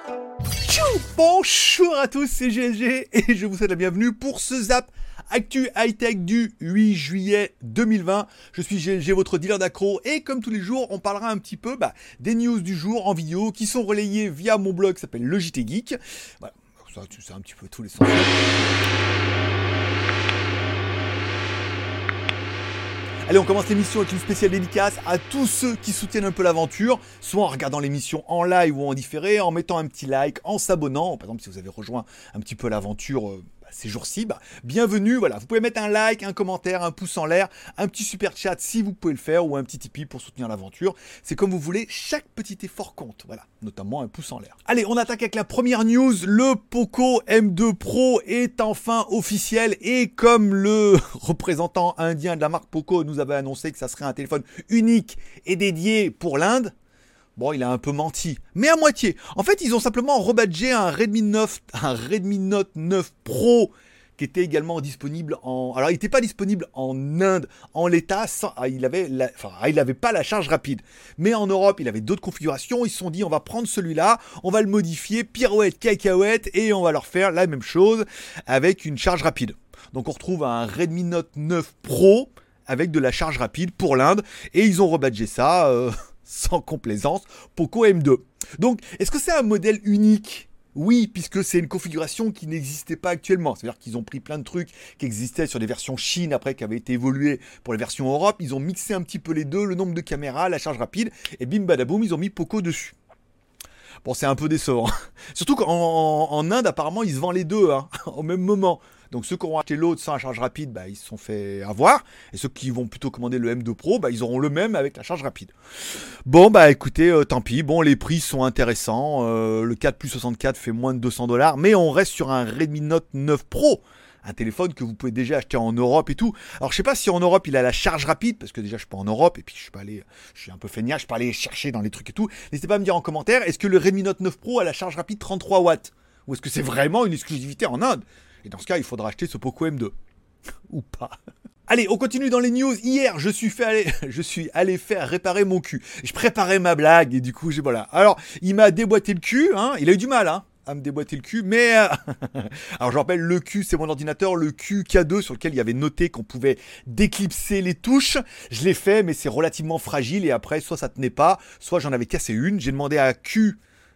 Bonjour à tous, c'est GLG et je vous souhaite la bienvenue pour ce Zap Actu High-Tech du 8 juillet 2020. Je suis GLG, votre dealer d'accro, et comme tous les jours, on parlera un petit peu des news du jour en vidéo qui sont relayées via mon blog qui s'appelle le JT Geek. Voilà, ça tu sais un petit peu tous les sens. Allez, on commence l'émission avec une spéciale dédicace à tous ceux qui soutiennent un peu l'aventure, soit en regardant l'émission en live ou en différé, en mettant un petit like, en s'abonnant. Par exemple, si vous avez rejoint un petit peu l'aventure ces jours-ci, bienvenue. Voilà, vous pouvez mettre un like, un commentaire, un pouce en l'air, un petit super chat si vous pouvez le faire, ou un petit Tipeee pour soutenir l'aventure. C'est comme vous voulez, chaque petit effort compte. Voilà, notamment un pouce en l'air. Allez, on attaque avec la première news. Le Poco M2 Pro est enfin officiel, et comme le représentant indien de la marque Poco nous avait annoncé que ça serait un téléphone unique et dédié pour l'Inde, bon, il a un peu menti, mais à moitié. En fait, ils ont simplement rebadgé un Redmi Note 9 Pro qui était également disponible en... Alors, il n'était pas disponible en Inde, en l'état, il avait pas la charge rapide. Mais en Europe, il avait d'autres configurations. Ils se sont dit, on va prendre celui-là, on va le modifier, pirouette, cacahuète, et on va leur faire la même chose avec une charge rapide. Donc, on retrouve un Redmi Note 9 Pro avec de la charge rapide pour l'Inde, et ils ont rebadgé ça... sans complaisance, Poco M2. Donc, est-ce que c'est un modèle unique ? Oui, puisque c'est une configuration qui n'existait pas actuellement. C'est-à-dire qu'ils ont pris plein de trucs qui existaient sur des versions Chine, après qui avaient été évoluées pour les versions Europe. Ils ont mixé un petit peu les deux, le nombre de caméras, la charge rapide, et bim badaboum, ils ont mis Poco dessus. Bon, c'est un peu décevant. Surtout qu'en Inde, apparemment, ils se vendent les deux au même moment. Donc ceux qui auront acheté l'autre sans la charge rapide, ils se sont fait avoir. Et ceux qui vont plutôt commander le M2 Pro, ils auront le même avec la charge rapide. Bon, écoutez, tant pis. Bon, les prix sont intéressants. Le 4 plus 64 fait moins de $200. Mais on reste sur un Redmi Note 9 Pro. Un téléphone que vous pouvez déjà acheter en Europe et tout. Alors je sais pas si en Europe il a la charge rapide, parce que déjà je suis pas en Europe, et puis je suis un peu feignard, je peux aller chercher dans les trucs et tout. N'hésitez pas à me dire en commentaire, est-ce que le Redmi Note 9 Pro a la charge rapide 33 watts ? Ou est-ce que c'est vraiment une exclusivité en Inde ? Et dans ce cas, il faudra acheter ce Poco M2. Ou pas. Allez, on continue dans les news. Hier, je suis allé faire réparer mon cul. Je préparais ma blague, et du coup, voilà. Alors, il m'a déboîté le cul, il a eu du mal, à me déboîter le cul, mais alors je rappelle, le Q, c'est mon ordinateur, le QK2 sur lequel il y avait noté qu'on pouvait déclipser les touches. Je l'ai fait, mais c'est relativement fragile, et après soit ça tenait pas, soit j'en avais cassé une. J'ai demandé à QU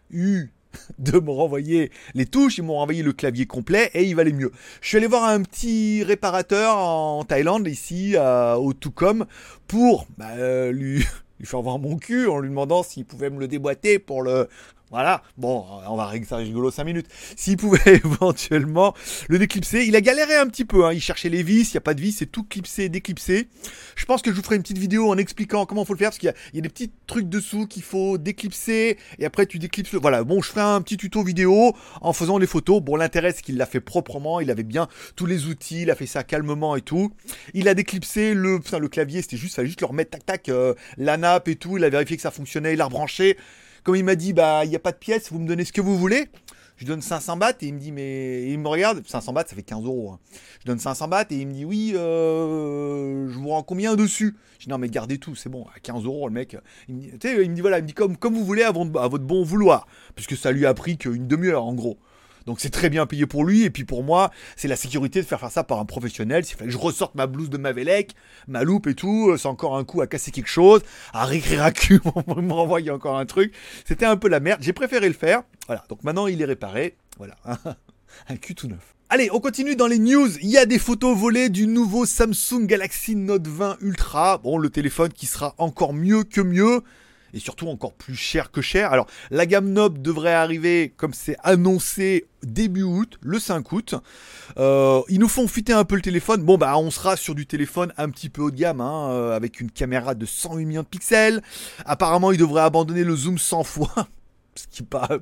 de me renvoyer les touches, ils m'ont renvoyé le clavier complet et il valait mieux. Je suis allé voir un petit réparateur en Thaïlande, ici au Tukom, pour lui faire voir mon cul en lui demandant s'il pouvait me le déboîter pour le... Voilà, bon, on va régler ça rigolo 5 minutes. S'il pouvait éventuellement le déclipser, il a galéré un petit peu, il cherchait les vis, il n'y a pas de vis, c'est tout clipsé, déclipsé. Je pense que je vous ferai une petite vidéo en expliquant comment il faut le faire, parce qu'il y a des petits trucs dessous qu'il faut déclipser, et après tu déclipses le... Voilà, bon, je ferai un petit tuto vidéo en faisant les photos. Bon, l'intérêt, c'est qu'il l'a fait proprement, il avait bien tous les outils, il a fait ça calmement et tout. Il a déclipsé le clavier, fallait juste le remettre, la nappe et tout, il a vérifié que ça fonctionnait, il a rebranché. Comme il m'a dit, il n'y a pas de pièces, vous me donnez ce que vous voulez. Je donne 500 bahts et il me dit, il me regarde, 500 bahts ça fait 15 €. Je donne 500 bahts et il me dit, oui, je vous rends combien dessus ? Je dis, non mais gardez tout, c'est bon, à 15 € le mec. Il me dit comme vous voulez à votre bon vouloir. Puisque ça lui a pris qu'une demi-heure en gros. Donc c'est très bien payé pour lui, et puis pour moi, c'est la sécurité de faire ça par un professionnel. S'il fallait que je ressorte ma blouse de Mavelec, ma loupe et tout, c'est encore un coup à casser quelque chose, à réécrire à cul, on me renvoyer encore un truc. C'était un peu la merde, j'ai préféré le faire. Voilà, donc maintenant il est réparé, voilà, un cul tout neuf. Allez, on continue dans les news. Il y a des photos volées du nouveau Samsung Galaxy Note 20 Ultra. Bon, le téléphone qui sera encore mieux que mieux. Et surtout encore plus cher que cher. Alors, la gamme Note devrait arriver, comme c'est annoncé, début août, le 5 août. Ils nous font fuiter un peu le téléphone. Bon, on sera sur du téléphone un petit peu haut de gamme, avec une caméra de 108 millions de pixels. Apparemment, ils devraient abandonner le zoom 100 fois. Ce qui paraît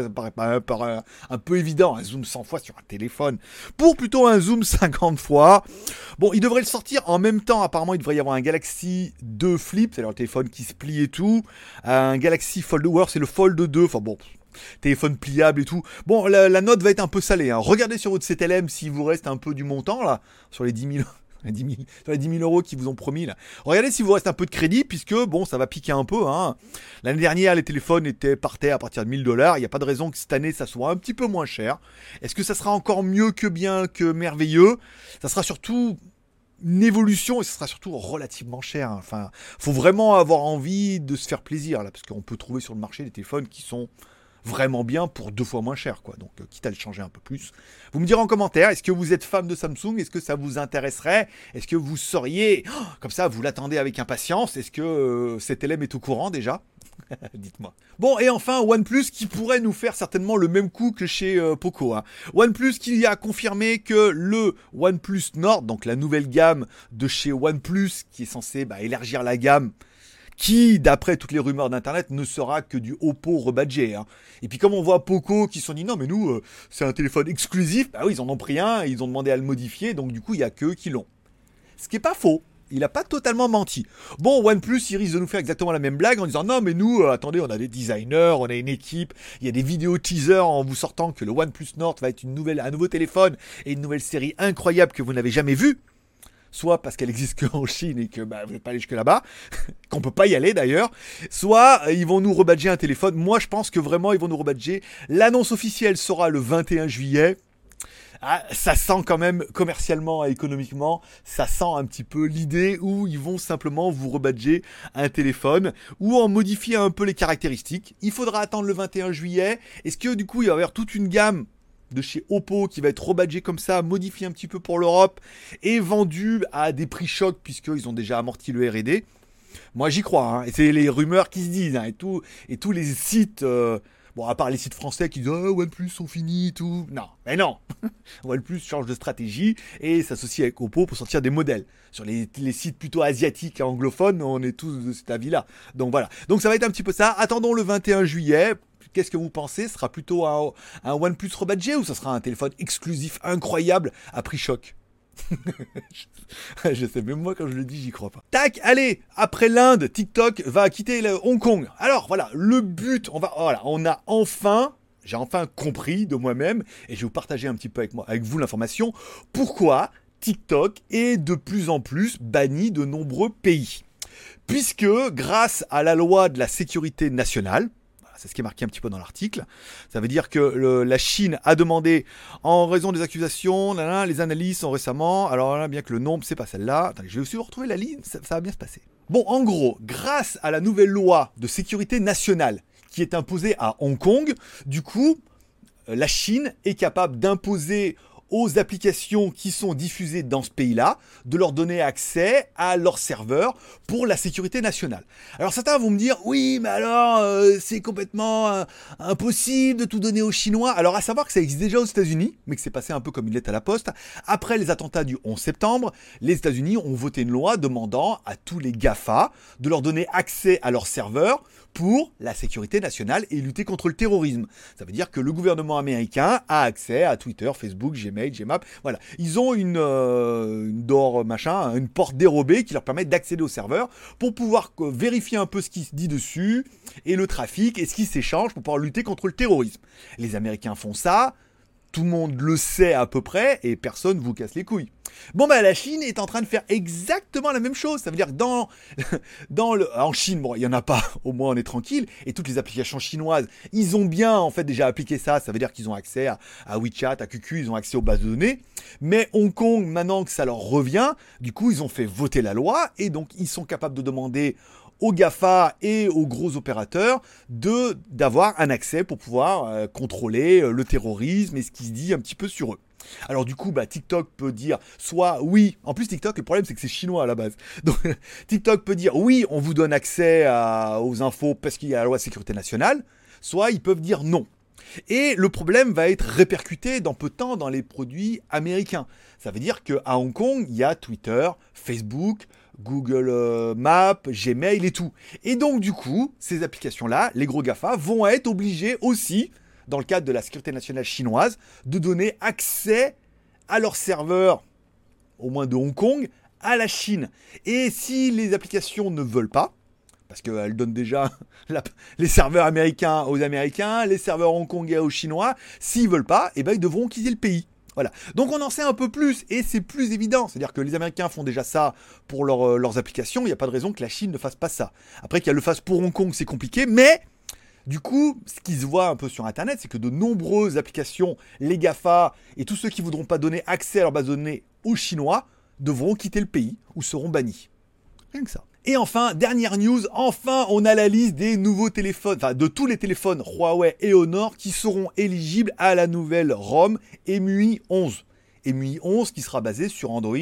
un peu évident, un zoom 100 fois sur un téléphone, pour plutôt un zoom 50 fois. Bon, il devrait le sortir en même temps. Apparemment, il devrait y avoir un Galaxy 2 Flip, c'est-à-dire le téléphone qui se plie et tout. Un Galaxy Fold, ou alors c'est le Fold 2, enfin bon, téléphone pliable et tout. Bon, la note va être un peu salée. Regardez sur votre CTLM s'il vous reste un peu du montant, là, sur les 10 000 Sur les 10 000 euros qu'ils vous ont promis là. Regardez si vous reste un peu de crédit, puisque bon, ça va piquer un peu. Hein. L'année dernière, les téléphones partaient à partir de 1 000 $. Il n'y a pas de raison que cette année, ça soit un petit peu moins cher. Est-ce que ça sera encore mieux que bien, que merveilleux? Ça sera surtout une évolution et ce sera surtout relativement cher. Hein. Enfin, faut vraiment avoir envie de se faire plaisir là, parce qu'on peut trouver sur le marché des téléphones qui sont vraiment bien pour 2 fois moins cher, quoi. Donc, quitte à le changer un peu plus. Vous me direz en commentaire, est-ce que vous êtes fan de Samsung? Est-ce que ça vous intéresserait? Est-ce que vous sauriez, comme ça, vous l'attendez avec impatience? Est-ce que cet élève est au courant déjà? Dites-moi. Bon, et enfin, OnePlus qui pourrait nous faire certainement le même coup que chez Poco. Hein. OnePlus qui a confirmé que le OnePlus Nord, donc la nouvelle gamme de chez OnePlus, qui est censée élargir la gamme, qui, d'après toutes les rumeurs d'internet, ne sera que du Oppo rebadgé. Hein. Et puis comme on voit Poco qui se sont dit non mais nous, c'est un téléphone exclusif, bah oui, ils en ont pris un, ils ont demandé à le modifier, donc du coup il n'y a qu'eux qui l'ont. Ce qui n'est pas faux. Il n'a pas totalement menti. Bon, OnePlus, il risque de nous faire exactement la même blague en disant non, mais nous, attendez, on a des designers, on a une équipe, il y a des vidéos teasers en vous sortant que le OnePlus Nord va être un nouveau téléphone et une nouvelle série incroyable que vous n'avez jamais vue. Soit parce qu'elle existe qu'en Chine et que vous n'êtes pas aller jusque là-bas, qu'on peut pas y aller d'ailleurs, soit ils vont nous rebadger un téléphone. Moi, je pense que vraiment, ils vont nous rebadger. L'annonce officielle sera le 21 juillet. Ah, ça sent quand même commercialement et économiquement, ça sent un petit peu l'idée où ils vont simplement vous rebadger un téléphone ou en modifier un peu les caractéristiques. Il faudra attendre le 21 juillet. Est-ce que du coup, il va y avoir toute une gamme de chez Oppo qui va être rebadgé comme ça, modifié un petit peu pour l'Europe et vendu à des prix chocs puisqu'ils ont déjà amorti le R&D. Moi j'y crois, hein. Et c'est les rumeurs qui se disent, hein. Et tous les sites, bon à part les sites français qui disent OnePlus sont finis, tout. Non, mais non. OnePlus change de stratégie et s'associe avec Oppo pour sortir des modèles. Sur les sites plutôt asiatiques et anglophones, on est tous de cet avis-là. Donc voilà. Donc ça va être un petit peu ça. Attendons le 21 juillet. Qu'est-ce que vous pensez? Ce sera plutôt un OnePlus rebadgé ou ça sera un téléphone exclusif incroyable à prix choc? Je sais, même moi quand je le dis, j'y crois pas. Tac, allez, après l'Inde, TikTok va quitter Hong Kong. Alors voilà, le but, j'ai enfin compris de moi-même et je vais vous partager un petit peu avec vous l'information. Pourquoi TikTok est de plus en plus banni de nombreux pays? Puisque grâce à la loi de la sécurité nationale, c'est ce qui est marqué un petit peu dans l'article. Ça veut dire que la Chine a demandé, en raison des accusations, les analyses sont récemment, alors là, bien que le nombre, c'est pas celle-là. Attendez, je vais aussi retrouver la ligne, ça va bien se passer. Bon, en gros, grâce à la nouvelle loi de sécurité nationale qui est imposée à Hong Kong, du coup, la Chine est capable d'imposer aux applications qui sont diffusées dans ce pays-là, de leur donner accès à leurs serveurs pour la sécurité nationale. Alors certains vont me dire, oui, mais alors c'est complètement impossible de tout donner aux Chinois. Alors à savoir que ça existe déjà aux États-Unis, mais que c'est passé un peu comme une lettre à la poste. Après les attentats du 11 septembre, les États-Unis ont voté une loi demandant à tous les GAFA de leur donner accès à leurs serveurs pour la sécurité nationale et lutter contre le terrorisme. Ça veut dire que le gouvernement américain a accès à Twitter, Facebook, Gmail, Gmap. Voilà, ils ont une porte dérobée qui leur permet d'accéder au serveur pour pouvoir vérifier un peu ce qui se dit dessus et le trafic et ce qui s'échange pour pouvoir lutter contre le terrorisme. Les Américains font ça. Tout le monde le sait à peu près et personne vous casse les couilles. Bon la Chine est en train de faire exactement la même chose. Ça veut dire que en Chine, bon, il n'y en a pas, au moins on est tranquille. Et toutes les applications chinoises, ils ont bien en fait déjà appliqué ça. Ça veut dire qu'ils ont accès à WeChat, à QQ, ils ont accès aux bases de données. Mais Hong Kong, maintenant que ça leur revient, du coup ils ont fait voter la loi et donc ils sont capables de demander aux GAFA et aux gros opérateurs d'avoir un accès pour pouvoir contrôler le terrorisme et ce qui se dit un petit peu sur eux. Alors du coup, TikTok peut dire soit oui, en plus TikTok, le problème c'est que c'est chinois à la base. Donc TikTok peut dire oui, on vous donne accès aux infos parce qu'il y a la loi de sécurité nationale, soit ils peuvent dire non. Et le problème va être répercuté dans peu de temps dans les produits américains. Ça veut dire qu'à Hong Kong, il y a Twitter, Facebook, Google Maps, Gmail et tout. Et donc du coup, ces applications-là, les gros GAFA, vont être obligés aussi, dans le cadre de la sécurité nationale chinoise, de donner accès à leurs serveurs, au moins de Hong Kong, à la Chine. Et si les applications ne veulent pas, parce qu'elles donnent déjà les serveurs américains aux Américains, les serveurs hongkongais aux Chinois, s'ils veulent pas, ils devront quitter le pays. Voilà. Donc on en sait un peu plus et c'est plus évident. C'est-à-dire que les Américains font déjà ça pour leurs applications. Il n'y a pas de raison que la Chine ne fasse pas ça. Après qu'il y a le fasse pour Hong Kong, c'est compliqué, mais du coup, ce qui se voit un peu sur Internet, c'est que de nombreuses applications, les GAFA et tous ceux qui ne voudront pas donner accès à leur base de données aux Chinois devront quitter le pays ou seront bannis. Rien que ça. Et enfin, dernière news, enfin on a la liste des nouveaux téléphones, enfin de tous les téléphones Huawei et Honor qui seront éligibles à la nouvelle ROM EMUI 11. EMUI 11 qui sera basé sur Android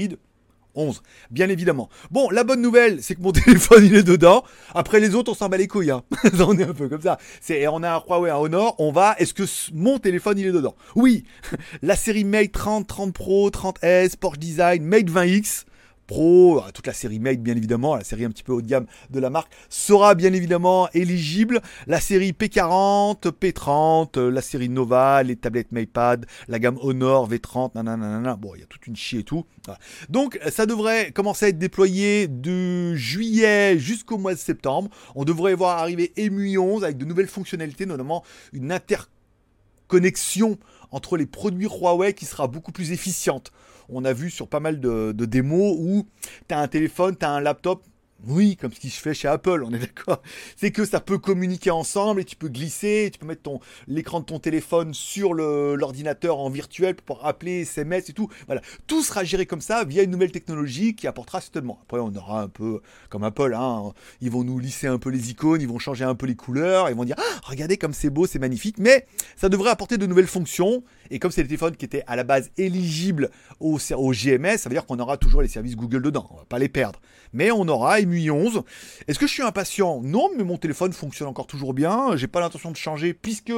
11, bien évidemment. Bon, la bonne nouvelle, c'est que mon téléphone, il est dedans. Après, les autres, on s'en bat les couilles. Hein. On est un peu comme ça. On a un Huawei, un Honor, est-ce que mon téléphone, il est dedans? Oui, la série Mate 30, 30 Pro, 30S, Porsche Design, Mate 20X, Pro, toute la série Mate bien évidemment, la série un petit peu haut de gamme de la marque, sera bien évidemment éligible. La série P40, P30, la série Nova, les tablettes MatePad, la gamme Honor V30, nanana. Bon, il y a toute une chier et tout. Voilà. Donc ça devrait commencer à être déployé de juillet jusqu'au mois de septembre. On devrait voir arriver EMUI 11 avec de nouvelles fonctionnalités, notamment une interconnexion entre les produits Huawei qui sera beaucoup plus efficiente. On a vu sur pas mal de démos où tu as un téléphone, tu as un laptop, oui, comme ce qui se fait chez Apple, on est d'accord. C'est que ça peut communiquer ensemble et tu peux glisser, tu peux mettre l'écran de ton téléphone sur l'ordinateur en virtuel pour pouvoir appeler, SMS et tout. Voilà, tout sera géré comme ça via une nouvelle technologie qui apportera certainement. Après, on aura un peu comme Apple, hein, ils vont nous lisser un peu les icônes, ils vont changer un peu les couleurs, ils vont dire ah, regardez comme c'est beau, c'est magnifique, mais ça devrait apporter de nouvelles fonctions. Et comme c'est des téléphones qui étaient à la base éligibles au GMS, ça veut dire qu'on aura toujours les services Google dedans, on va pas les perdre. Mais on aura EMUI 11. Est-ce que je suis impatient? Non, mais mon téléphone fonctionne encore toujours bien. J'ai pas l'intention de changer puisque,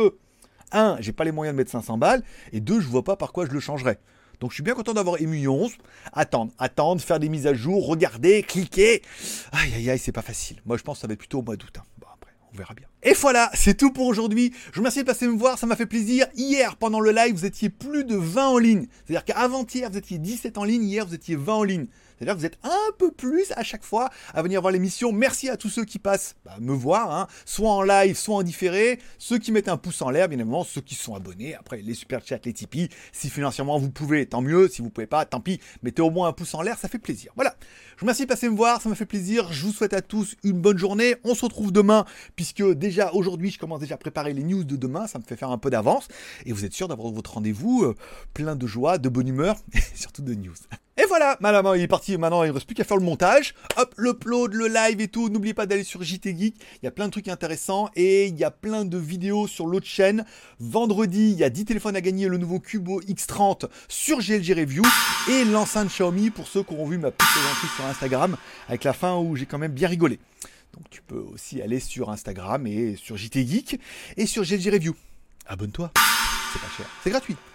1, j'ai pas les moyens de mettre 500 balles, et 2, je vois pas par quoi je le changerais. Donc je suis bien content d'avoir EMUI 11. Attendre, faire des mises à jour, regarder, cliquer. Aïe aïe aïe, c'est pas facile. Moi je pense que ça va être plutôt au mois d'août. Hein. Bon, après, on verra bien. Et voilà, c'est tout pour aujourd'hui. Je vous remercie de passer me voir, ça m'a fait plaisir. Hier, pendant le live, vous étiez plus de 20 en ligne. C'est-à-dire qu'avant-hier, vous étiez 17 en ligne. Hier, vous étiez 20 en ligne. C'est-à-dire que vous êtes un peu plus à chaque fois à venir voir l'émission. Merci à tous ceux qui passent me voir, hein, soit en live, soit en différé. Ceux qui mettent un pouce en l'air, bien évidemment, ceux qui sont abonnés. Après, les super chats, les Tipeee. Si financièrement vous pouvez, tant mieux. Si vous pouvez pas, tant pis. Mettez au moins un pouce en l'air, ça fait plaisir. Voilà. Je vous remercie de passer me voir, ça m'a fait plaisir. Je vous souhaite à tous une bonne journée. On se retrouve demain, puisque déjà aujourd'hui, je commence déjà à préparer les news de demain. Ça me fait faire un peu d'avance. Et vous êtes sûr d'avoir votre rendez-vous plein de joie, de bonne humeur et surtout de news. Et voilà, il est parti, maintenant il ne reste plus qu'à faire le montage, hop, l'upload, le live et tout, n'oubliez pas d'aller sur JT Geek, il y a plein de trucs intéressants et il y a plein de vidéos sur l'autre chaîne. Vendredi, il y a 10 téléphones à gagner, le nouveau Cubo X30 sur GLG Review et l'enceinte Xiaomi pour ceux qui auront vu ma petite plaisanterie sur Instagram avec la fin où j'ai quand même bien rigolé. Donc tu peux aussi aller sur Instagram et sur JT Geek et sur GLG Review. Abonne-toi, c'est pas cher, c'est gratuit.